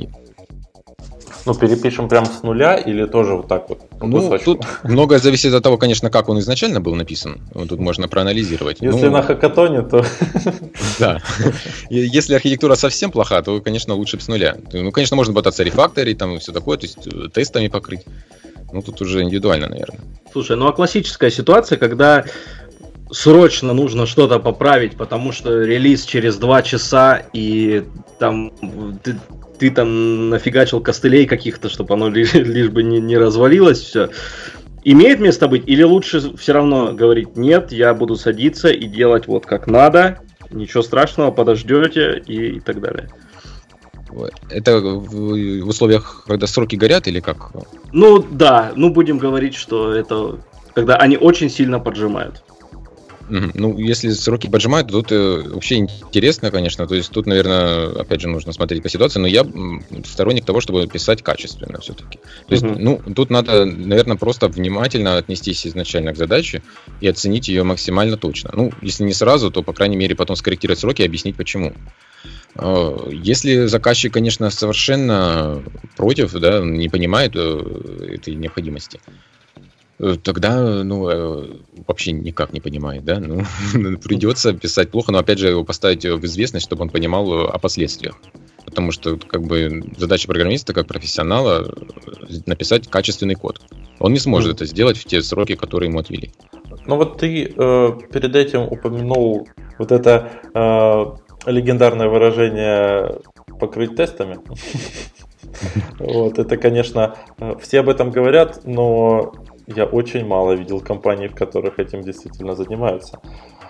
Ну, перепишем прямо с нуля или тоже вот так вот? Тут многое зависит от того, конечно, как он изначально был написан. Тут можно проанализировать. Если на хакатоне, то... Да. Если архитектура совсем плоха, то, конечно, лучше с нуля. Конечно, можно пытаться рефакторить, там все такое, то есть тестами покрыть. Тут уже индивидуально, наверное. Слушай, а классическая ситуация, когда срочно нужно что-то поправить, потому что релиз через 2 часа, и там ты там нафигачил костылей каких-то, чтобы оно лишь бы не развалилось все. Имеет место быть? Или лучше все равно говорить: нет, я буду садиться и делать вот как надо, ничего страшного, подождете и так далее? Это в условиях, когда сроки горят, или как? Да, будем говорить, что это когда они очень сильно поджимают. Если сроки поджимают, то тут вообще интересно, конечно. То есть тут, наверное, опять же, нужно смотреть по ситуации, но я сторонник того, чтобы писать качественно все-таки. То есть, тут надо, наверное, просто внимательно отнестись изначально к задаче и оценить ее максимально точно. Если не сразу, то, по крайней мере, потом скорректировать сроки и объяснить, почему. Если заказчик, конечно, совершенно против, да, не понимает этой необходимости, тогда, вообще никак не понимает, да, придется писать плохо, но опять же его поставить в известность, чтобы он понимал о последствиях. Потому что, задача программиста, как профессионала, написать качественный код. Он не сможет это сделать в те сроки, которые ему отвели. Ты перед этим упомянул вот это легендарное выражение «покрыть тестами». Это, конечно, все об этом говорят, но я очень мало видел компаний, в которых этим действительно занимаются.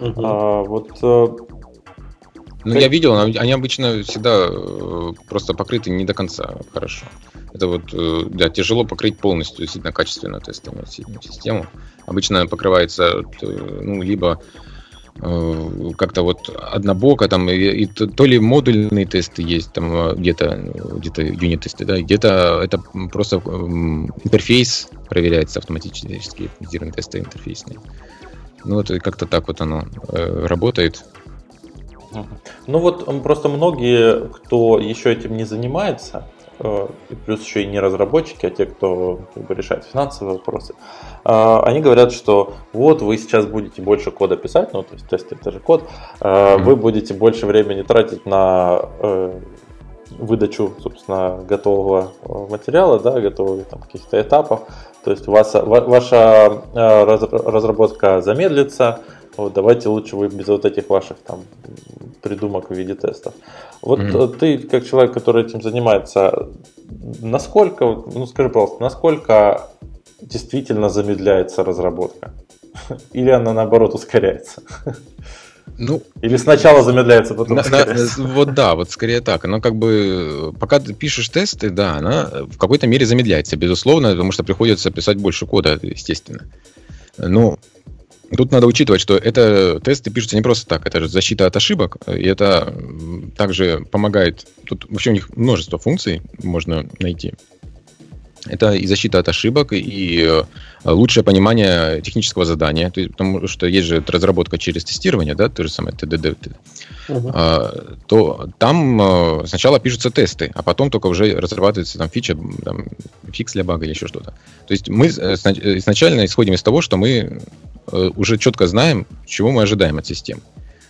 Я видел, они обычно всегда просто покрыты не до конца хорошо. Это тяжело покрыть полностью действительно качественно тестовую систему. Обычно покрывается либо как-то однобоко, там, и то ли модульные тесты есть, там где-то юнит-тесты, да, где-то это просто интерфейс проверяется автоматически, автоматизированные тесты интерфейсные. Как-то так оно работает. Просто многие, кто еще этим не занимается, и плюс еще и не разработчики, а те, кто решает финансовые вопросы, они говорят, что вы сейчас будете больше кода писать, то есть тест это же код, вы будете больше времени тратить на выдачу, собственно, готового материала, да, готовых каких-то этапов, то есть ваша разработка замедлится, вот давайте лучше вы без вот этих ваших там придумок в виде тестов. Вот ты, как человек, который этим занимается, насколько, ну скажи, пожалуйста, насколько действительно замедляется разработка? Или она наоборот ускоряется? Ну, или сначала замедляется, потом ускоряется? Вот да, вот скорее так. Она как бы, пока ты пишешь тесты, да, она в какой-то мере замедляется, безусловно, потому что приходится писать больше кода, естественно. Но тут надо учитывать, что это тесты пишутся не просто так, это же защита от ошибок, и это также помогает. Тут вообще у них множество функций можно найти. Это и защита от ошибок, и лучшее понимание технического задания, потому что есть же разработка через тестирование, да, то же самое TDD, то там сначала пишутся тесты, а потом только уже разрабатывается там фича, там, фикс для бага или еще что-то. То есть мы изначально исходим из того, что мы уже четко знаем, чего мы ожидаем от системы.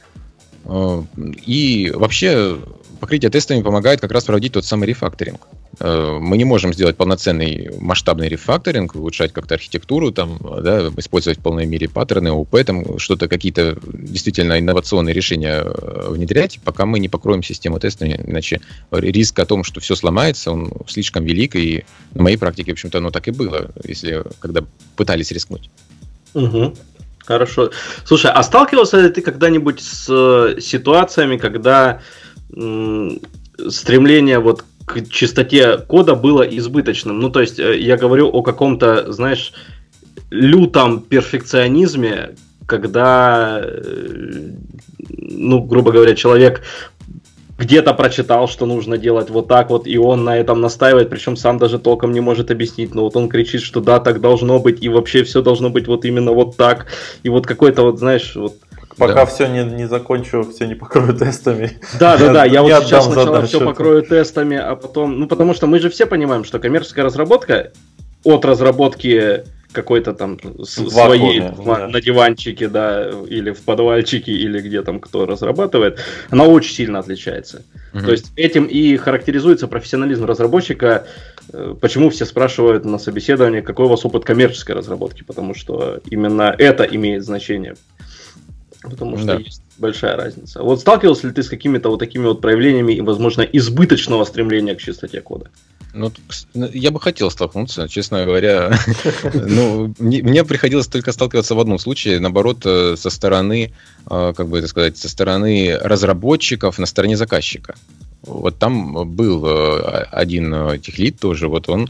И вообще покрытие тестами помогает как раз проводить тот самый рефакторинг. Мы не можем сделать полноценный масштабный рефакторинг, улучшать как-то архитектуру, там, да, использовать в полной мере паттерны, ООП, там, что-то, какие-то действительно инновационные решения внедрять, пока мы не покроем систему тестами, иначе риск о том, что все сломается, он слишком велик, и на моей практике, в общем-то, оно так и было, когда пытались рискнуть. Угу. Хорошо. Слушай, а сталкивался ли ты когда-нибудь с ситуациями, когда стремление вот к чистоте кода было избыточным? Ну, то есть, я говорю о каком-то, знаешь, лютом перфекционизме, когда, ну, грубо говоря, человек где-то прочитал, что нужно делать вот так вот, и он на этом настаивает, причем сам даже толком не может объяснить, но вот он кричит, что да, так должно быть, и вообще все должно быть вот именно вот так, и вот какой-то вот, знаешь, вот... Пока все не закончу, все не покрою тестами. Да, я вот сейчас сначала все покрою тестами, а потом... Ну, потому что мы же все понимаем, что коммерческая разработка от разработки какой-то там своей на диванчике, да, или в подвальчике, или где там кто разрабатывает, она очень сильно отличается. То есть этим и характеризуется профессионализм разработчика. Почему все спрашивают на собеседовании, какой у вас опыт коммерческой разработки, потому что именно это имеет значение. Потому что есть большая разница. Вот сталкивался ли ты с какими-то вот такими вот проявлениями и, возможно, избыточного стремления к чистоте кода? Ну, я бы хотел столкнуться, честно говоря. Ну, мне приходилось только сталкиваться в одном случае, наоборот, со стороны, как бы это сказать, со стороны разработчиков на стороне заказчика. Вот там был один техлид тоже, вот он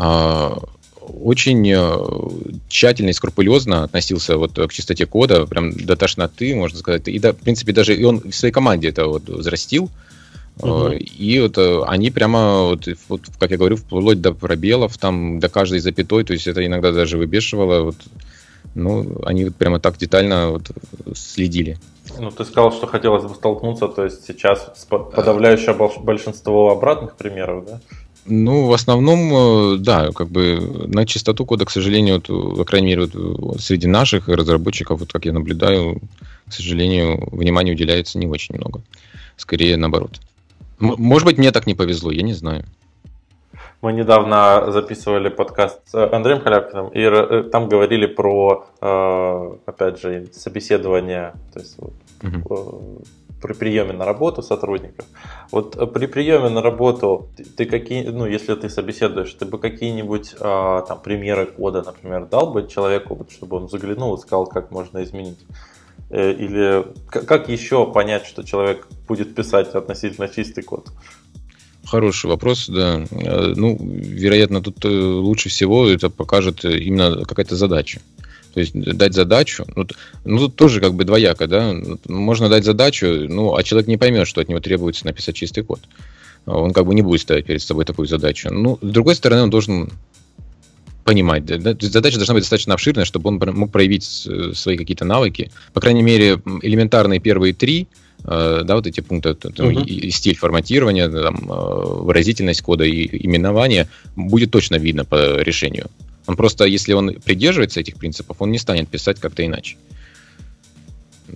очень тщательно и скрупулезно относился вот к чистоте кода, прям до тошноты, можно сказать. И, да, в принципе, даже и он в своей команде это вот взрастил. И вот они прямо, вот, как я говорю, вплоть до пробелов, там, до каждой запятой, то есть это иногда даже выбешивало. Вот, ну, они вот прямо так детально вот следили. Ну, ты сказал, что хотелось бы столкнуться, то есть сейчас подавляющее большинство обратных примеров, да? Ну, в основном, да, как бы на чистоту кода, к сожалению, вот, по крайней мере, вот, среди наших разработчиков, вот как я наблюдаю, к сожалению, внимания уделяется не очень много. Скорее наоборот. Может быть, мне так не повезло, я не знаю. Мы недавно записывали подкаст с Андреем Халявкиным, и там говорили про, опять же, собеседование, то есть при приеме на работу сотрудников. Вот при приеме на работу ты какие, ну, если ты собеседуешь, ты бы какие-нибудь там примеры кода, например, дал бы человеку, вот, чтобы он заглянул и сказал, как можно изменить? Или как еще понять, что человек будет писать относительно чистый код? Хороший вопрос, да. Ну, вероятно, тут лучше всего это покажет именно какая-то задача. То есть дать задачу, ну тут тоже как бы двояко, да. Можно дать задачу, ну, а человек не поймет, что от него требуется написать чистый код. Он как бы не будет ставить перед собой такую задачу. Ну, с другой стороны, он должен понимать, да? То есть задача должна быть достаточно обширная, чтобы он мог проявить свои какие-то навыки. По крайней мере, элементарные первые 3, да, вот эти пункты, и стиль форматирования, там, выразительность кода и именование будет точно видно по решению. Он просто, если он придерживается этих принципов, он не станет писать как-то иначе.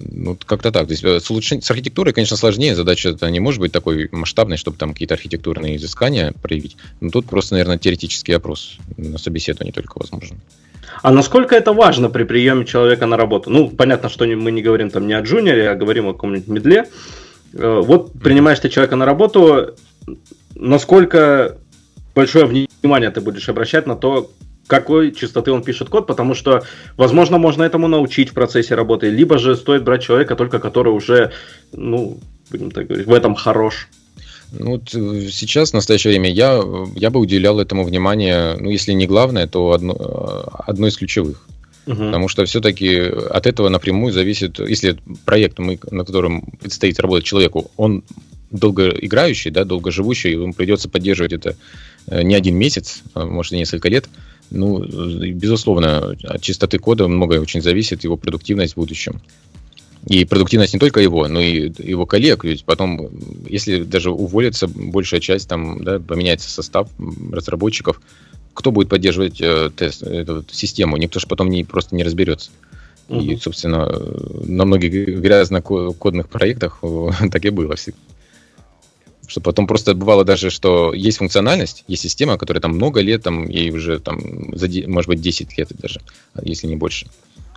Ну, как-то так. То есть с архитектурой, конечно, сложнее. Задача-то не может быть такой масштабной, чтобы там какие-то архитектурные изыскания проявить. Но тут просто, наверное, теоретический опрос на собеседовании только возможен. А насколько это важно при приеме человека на работу? Ну, понятно, что мы не говорим там не о джуниоре, а говорим о каком-нибудь мидле. Вот принимаешь ты человека на работу, насколько большое внимание ты будешь обращать на то, какой частоты он пишет код, потому что, возможно, можно этому научить в процессе работы, либо же стоит брать человека только, который уже, ну, будем так говорить, в этом хорош. Ну, вот сейчас, в настоящее время, я бы уделял этому внимание, ну, если не главное, то одно из ключевых. Потому что все-таки от этого напрямую зависит, если проект, на котором предстоит работать человеку, он долгоиграющий, да, долгоживущий, ему придется поддерживать это не один месяц, а может и несколько лет. Ну, безусловно, от чистоты кода многое очень зависит, его продуктивность в будущем. И продуктивность не только его, но и его коллег. Ведь потом, если даже уволится большая часть, там, да, поменяется состав разработчиков, кто будет поддерживать эту систему? Никто же потом просто не разберется. И, собственно, на многих грязно-кодных проектах так и было всегда. Что потом просто бывало даже, что есть функциональность, есть система, которая там много лет, там, ей уже, там, может быть, 10 лет даже, если не больше.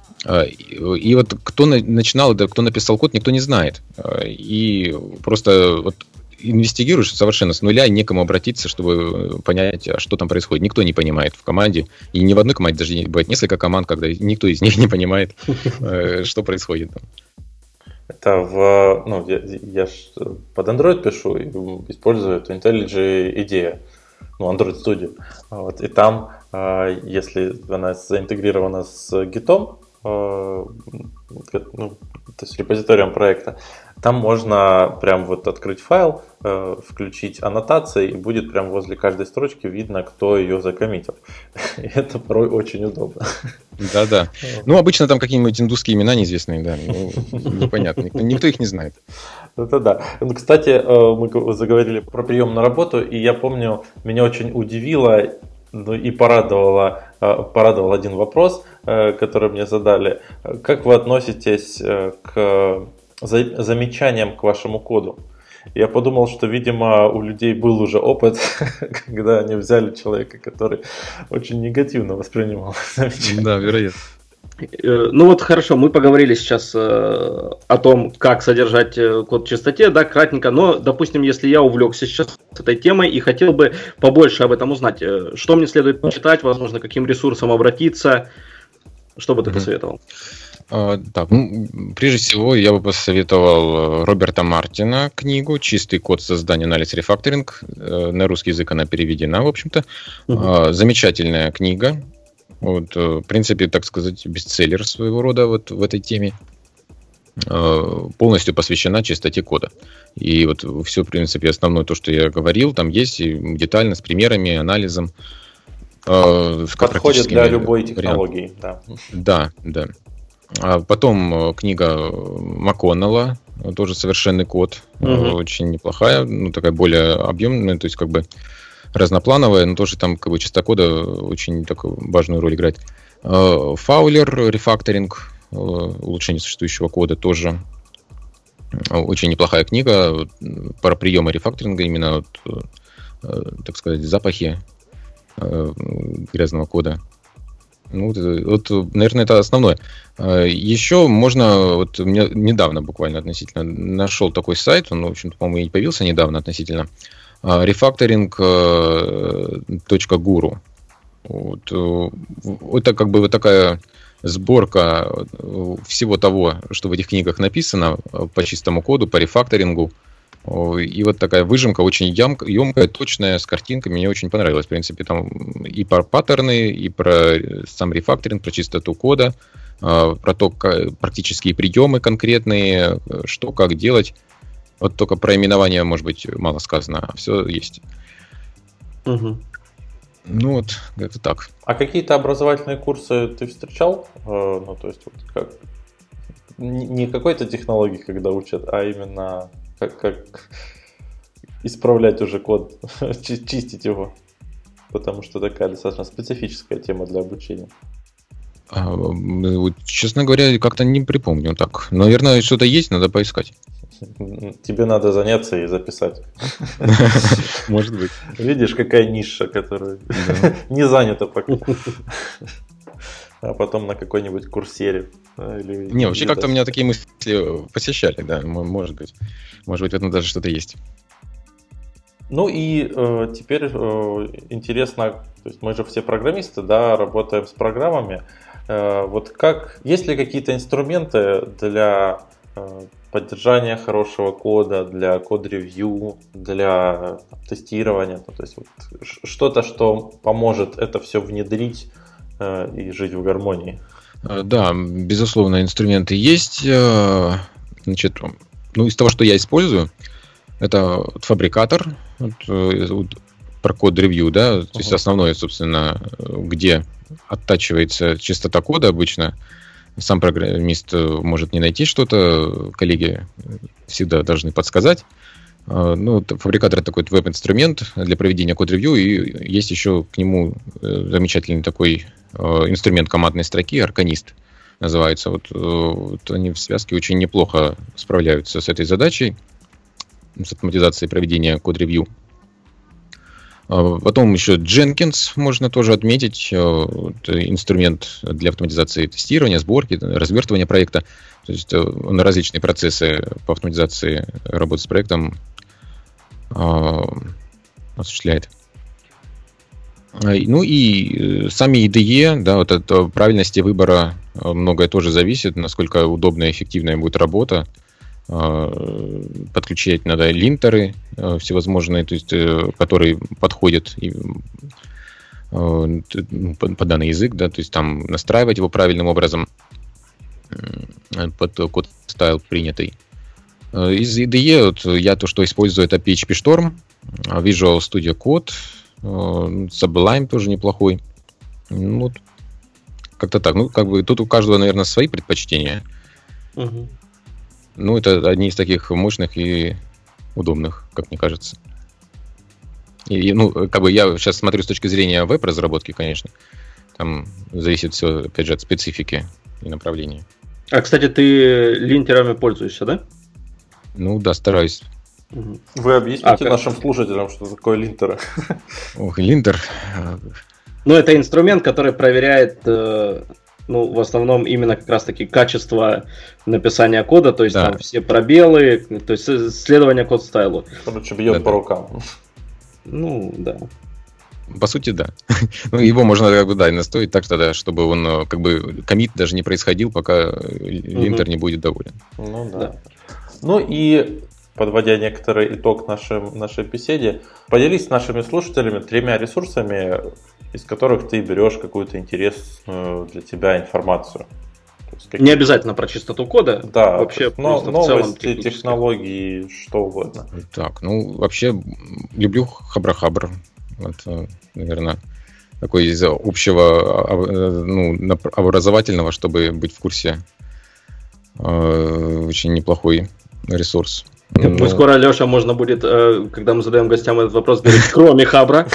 И вот кто начинал, да, кто написал код, никто не знает. И просто вот инвестигируешь совершенно с нуля, и некому обратиться, чтобы понять, что там происходит. Никто не понимает в команде. И ни в одной команде даже бывает несколько команд, когда никто из них не понимает, что происходит там. Это я ж под Android пишу и использую эту IntelliJ IDEA, Android Studio. Вот, и там, если она заинтегрирована с Git'ом, то есть репозиторием проекта, там можно прям вот открыть файл, включить аннотации, и будет прям возле каждой строчки видно, кто ее закоммитил. И это порой очень удобно. Да-да. Ну, обычно там какие-нибудь индусские имена неизвестные, да. Непонятно. Никто их не знает. Это да. Кстати, мы заговорили про прием на работу, и я помню, меня очень удивило, и порадовал один вопрос, который мне задали. Как вы относитесь к замечаниям к вашему коду? Я подумал, что, видимо, у людей был уже опыт, когда они взяли человека, который очень негативно воспринимал замечания. Да, вероятно. Ну вот хорошо, мы поговорили сейчас о том, как содержать код в чистоте, да, кратенько, но, допустим, если я увлекся сейчас этой темой и хотел бы побольше об этом узнать, что мне следует почитать, возможно, каким ресурсам обратиться, что бы ты посоветовал? Так, прежде всего я бы посоветовал Роберта Мартина книгу «Чистый код создания, анализ, рефакторинг». На русский язык она переведена, в общем-то. Замечательная книга. Вот, в принципе, так сказать, бестселлер своего рода вот в этой теме. Полностью посвящена чистоте кода. И вот все, в принципе, основное то, что я говорил, там есть и детально с примерами, анализом. Подходит для любой технологии. Да. А потом книга МакКоннелла, тоже «Совершенный код», очень неплохая, такая более объемная, то есть как бы разноплановая, но тоже там как бы чистота кода очень такую важную роль играет. Фаулер, рефакторинг, улучшение существующего кода, тоже очень неплохая книга про приемы рефакторинга, именно так сказать, запахи грязного кода. Наверное, это основное. Еще можно, вот мне недавно буквально относительно нашел такой сайт, он, в общем-то, по-моему, и появился недавно относительно, refactoring.guru. Это как бы вот такая сборка всего того, что в этих книгах написано по чистому коду, по рефакторингу. И вот такая выжимка очень емкая, точная, с картинками. Мне очень понравилось. В принципе, там и про паттерны, и про сам рефакторинг, про чистоту кода, про то, практические приемы конкретные, что, как делать. Вот только про именование, может быть, мало сказано, а все есть. Ну вот, это так. А какие-то образовательные курсы ты встречал? То есть, вот как не какой-то технологии, когда учат, а именно как исправлять уже код, чистить его. Потому что такая достаточно специфическая тема для обучения. Вот, честно говоря, как-то не припомню так. Наверное, что-то есть, надо поискать. Тебе надо заняться и записать. Может быть. Видишь, какая ниша, которая не занята пока. А потом на какой-нибудь курсере. Не, вообще как-то у меня такие мысли посещали, да, может быть. Может быть, в этом даже что-то есть. Ну и теперь интересно, то есть мы же все программисты, да, работаем с программами. Вот как, есть ли какие-то инструменты для поддержания хорошего кода, для код-ревью, для тестирования, то есть вот что-то, что поможет это все внедрить и жить в гармонии? Да, безусловно, инструменты есть. Значит, ну, из того, что я использую, это фабрикатор, про код-ревью, да, то есть основное, собственно, где оттачивается частота кода обычно. Сам программист может не найти что-то, коллеги всегда должны подсказать. Ну, фабрикатор — это такой веб-инструмент для проведения код-ревью, и есть еще к нему замечательный такой инструмент командной строки, Арканист называется. Вот они в связке очень неплохо справляются с этой задачей, с автоматизацией проведения код-ревью. Потом еще Jenkins можно тоже отметить. Инструмент для автоматизации тестирования, сборки, развертывания проекта. То есть он различные процессы по автоматизации работы с проектом осуществляет. Ну и сами IDE, да, вот от правильности выбора многое тоже зависит, насколько удобная и эффективная будет работа. Подключать надо линтеры всевозможные, то есть, которые подходят по данный язык, да, то есть там настраивать его правильным образом под код стайл принятый. Из IDE вот, я то, что использую, это PHP Storm, Visual Studio Code, Sublime тоже неплохой. Ну, как-то так. Ну, как бы тут у каждого, наверное, свои предпочтения. Угу. Ну, это одни из таких мощных и удобных, как мне кажется. И, ну, как бы я сейчас смотрю с точки зрения веб-разработки, конечно. Там зависит все, опять же, от специфики и направления. А, кстати, ты линтерами пользуешься, да? Ну, да, стараюсь. Угу. Вы объясните нашим слушателям, что такое линтеры? Ох, линтер. Ну, это инструмент, который проверяет... Ну, в основном именно как раз-таки качество написания кода, то есть да. Там все пробелы, то есть следование код-стайлу. Короче, бьет по рукам. Ну, да. По сути, да. Ну, его можно как бы, да, настроить так, тогда, чтобы он как бы коммит даже не происходил, пока линтер не будет доволен. Ну, да. Ну и подводя некоторый итог нашей беседе, поделись с нашими слушателями 3 ресурсами, из которых ты берешь какую-то интересную для тебя информацию. Не обязательно про чистоту кода. Да, вообще просто новости, технологии, что угодно. Так, ну вообще люблю Хабра-Хабр. Это, наверное, такой из общего, ну, образовательного, чтобы быть в курсе. Очень неплохой ресурс. Ну, скоро, Леша, можно будет, когда мы задаем гостям этот вопрос, говорить, кроме Хабра.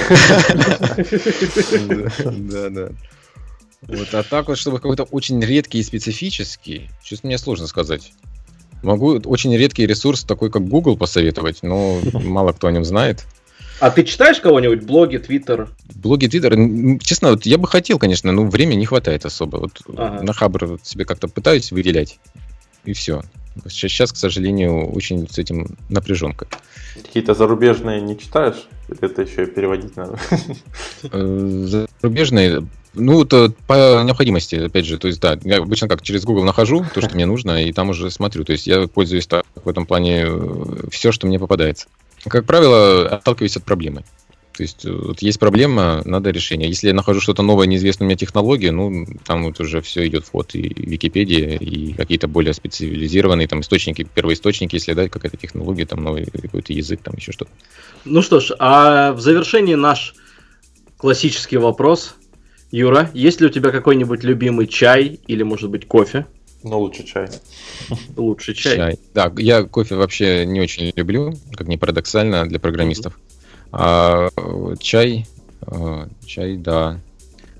Да. Вот, а так вот, чтобы какой-то очень редкий и специфический, честно, мне сложно сказать. Могу очень редкий ресурс, такой как Google, посоветовать, но мало кто о нем знает. А ты читаешь кого-нибудь? Блоги, Твиттер? Блоги, Твиттер? Честно, вот я бы хотел, конечно, но времени не хватает особо. Вот на Хабр себе как-то пытаюсь выделять, и все. Сейчас, к сожалению, очень с этим напряженка. Какие-то зарубежные не читаешь? Или это еще и переводить надо? Зарубежные? Ну, это по необходимости, опять же. То есть, да, я обычно как через Google нахожу то, что мне нужно, и там уже смотрю. То есть, я пользуюсь так в этом плане все, что мне попадается. Как правило, отталкиваюсь от проблемы. То есть, вот есть проблема, надо решение. Если я нахожу что-то новое, неизвестную мне технологию, ну, там вот уже все идет в ход. И Википедия, и какие-то более специализированные там источники, первоисточники, если да, какая-то технология, там новый какой-то язык, там еще что-то. Ну что ж, а в завершении наш классический вопрос. Юра, есть ли у тебя какой-нибудь любимый чай или, может быть, кофе? Ну, лучше чай. Лучше чай. Да, я кофе вообще не очень люблю, как ни парадоксально, для программистов. А чай, да.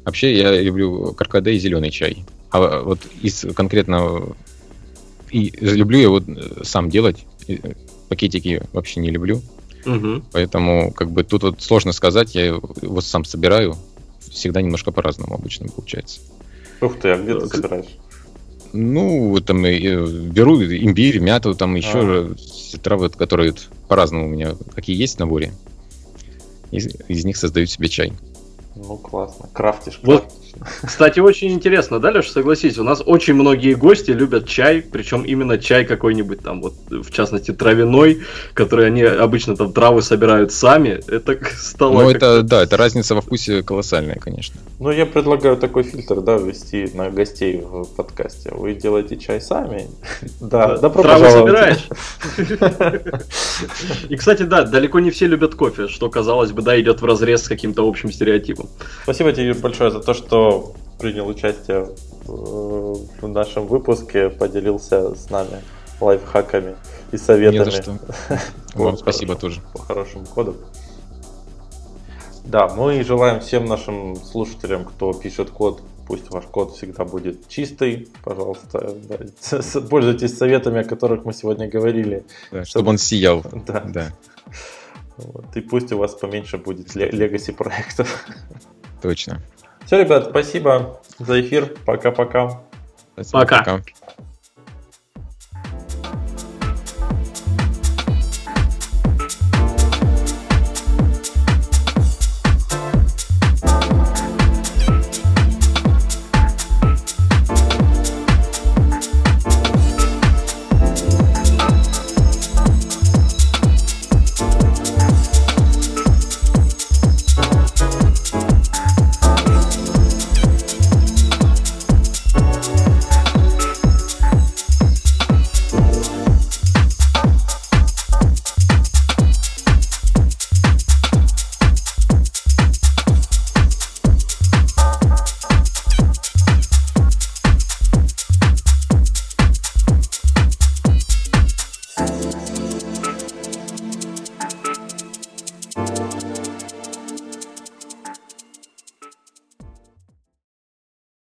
Вообще я люблю каркаде и зеленый чай. А вот из конкретно и люблю я вот сам делать. Пакетики вообще не люблю. Угу. Поэтому как бы тут вот сложно сказать. Я его сам собираю. Всегда немножко по-разному обычно получается. Ух ты, а где ты собираешь? Ну, там беру имбирь, мяту, там еще травы, которые по-разному у меня какие есть в наборе. Из них создаю себе чай. Ну, классно. Крафтишь. Вот, кстати, очень интересно, да, Леша, согласись, у нас очень многие гости любят чай, причем именно чай какой-нибудь там, вот, в частности, травяной, который они обычно там травы собирают сами, это стало... Ну, это, да, это разница во вкусе колоссальная, конечно. Ну, я предлагаю такой фильтр, да, ввести на гостей в подкасте. Вы делаете чай сами. Да, добро пожаловать. Травы собираешь? И, кстати, да, далеко не все любят кофе, что, казалось бы, да, идет вразрез с каким-то общим стереотипом. Спасибо тебе большое за то, что принял участие в нашем выпуске, поделился с нами лайфхаками и советами. Не за что. Вам спасибо тоже. По хорошим кодам. Да, мы желаем всем нашим слушателям, кто пишет код, пусть ваш код всегда будет чистый. Пожалуйста, да, пользуйтесь советами, о которых мы сегодня говорили. Да, чтобы он сиял. Да. Вот, и пусть у вас поменьше будет легаси проектов. Точно. Все, ребят, спасибо за эфир. Пока-пока. Пока.